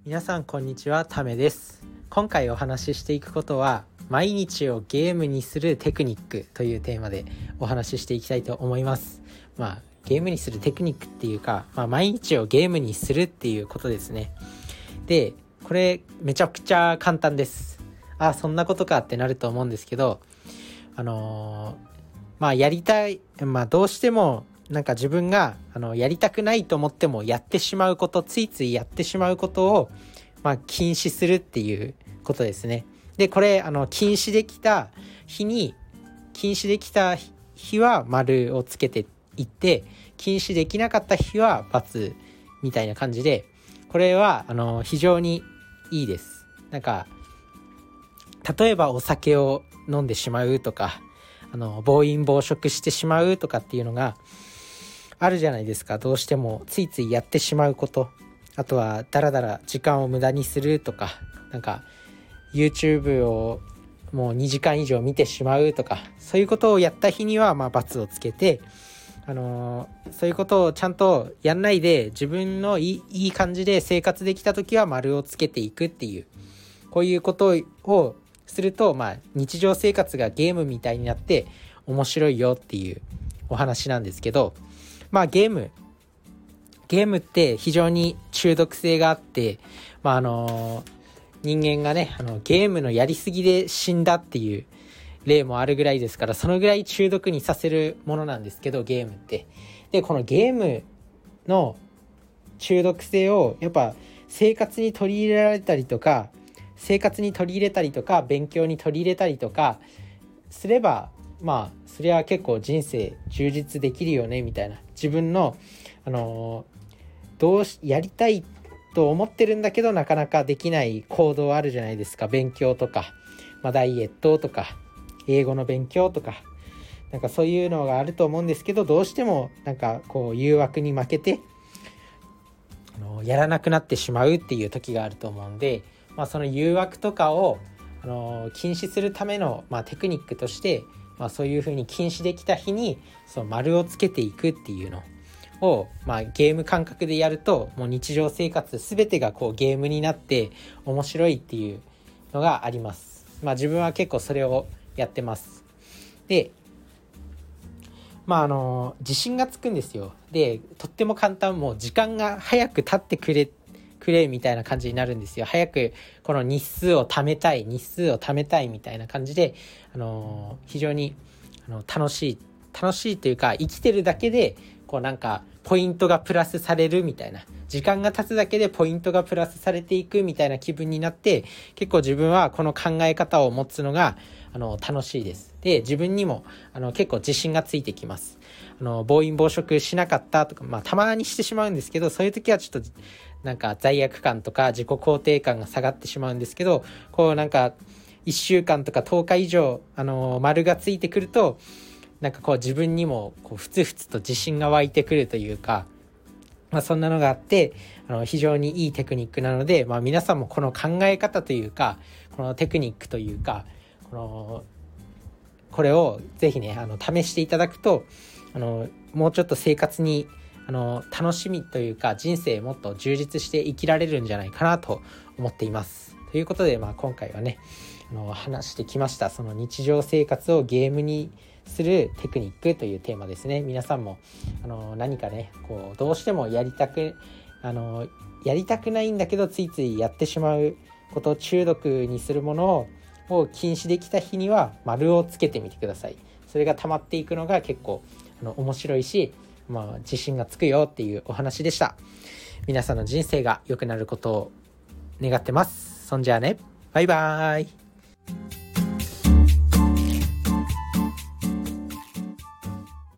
皆さんこんにちは、ためです。今回お話ししていくことは、毎日をゲームにするテクニックというテーマでお話ししていきたいと思います。ゲームにするテクニックっていうか、毎日をゲームにするっていうことですね。で、これめちゃくちゃ簡単です。そんなことかってなると思うんですけど、やりたい、どうしても自分がやりたくないと思ってもやってしまうこと、ついついやってしまうことを禁止するっていうことですね。で、これ禁止できた日は丸をつけていって、禁止できなかった日は×みたいな感じで、これは非常にいいです。例えばお酒を飲んでしまうとか、暴飲暴食してしまうとかっていうのがあるじゃないですか。どうしてもついついやってしまうこと、あとはだらだら時間を無駄にするとか、YouTube をもう2時間以上見てしまうとか、そういうことをやった日には×をつけて、そういうことをちゃんとやんないで自分のいい感じで生活できた時は丸をつけていくっていう、こういうことをすると日常生活がゲームみたいになって面白いよっていうお話なんですけど、ゲームって非常に中毒性があって、人間がねゲームのやりすぎで死んだっていう例もあるぐらいですから、そのぐらい中毒にさせるものなんですけど、ゲームって。で、このゲームの中毒性をやっぱ生活に取り入れたりとか、勉強に取り入れたりとかすれば、それは結構人生充実できるよねみたいな、自分のやりたいと思ってるんだけどなかなかできない行動あるじゃないですか。勉強とか、ダイエットとか英語の勉強とか、そういうのがあると思うんですけど、どうしても誘惑に負けてやらなくなってしまうっていう時があると思うんで、その誘惑とかを禁止するためのテクニックとして、そういう風に禁止できた日にその丸をつけていくっていうのを、ゲーム感覚でやると、もう日常生活すべてがゲームになって面白いっていうのがあります。自分は結構それをやってます。で、自信がつくんですよ。で、とっても簡単、もう時間が早く経ってくれみたいな感じになるんですよ。早くこの日数を貯めたいみたいな感じで、非常に楽しいというか、生きてるだけでポイントがプラスされるみたいな、時間が経つだけでポイントがプラスされていくみたいな気分になって、結構自分はこの考え方を持つのが楽しいです。で、自分にも結構自信がついてきます。暴飲暴食しなかったとか、たまにしてしまうんですけど、そういう時はちょっと罪悪感とか自己肯定感が下がってしまうんですけど、1週間とか10日以上丸がついてくると、自分にもふつふつと自信が湧いてくるというか、そんなのがあって、非常にいいテクニックなので、皆さんもこの考え方というか、このテクニックというか、これをぜひね試していただくと、もうちょっと生活に楽しみというか、人生もっと充実して生きられるんじゃないかなと思っています。ということで、今回はね話してきました。その日常生活をゲームにするテクニックというテーマですね。皆さんも何かねどうしてもやりたくないんだけどついついやってしまうこと、中毒にするものを禁止できた日には丸をつけてみてください。それが溜まっていくのが結構面白いし、自信がつくよっていうお話でした。皆さんの人生が良くなることを願ってます。そんじゃあね、バイバーイ。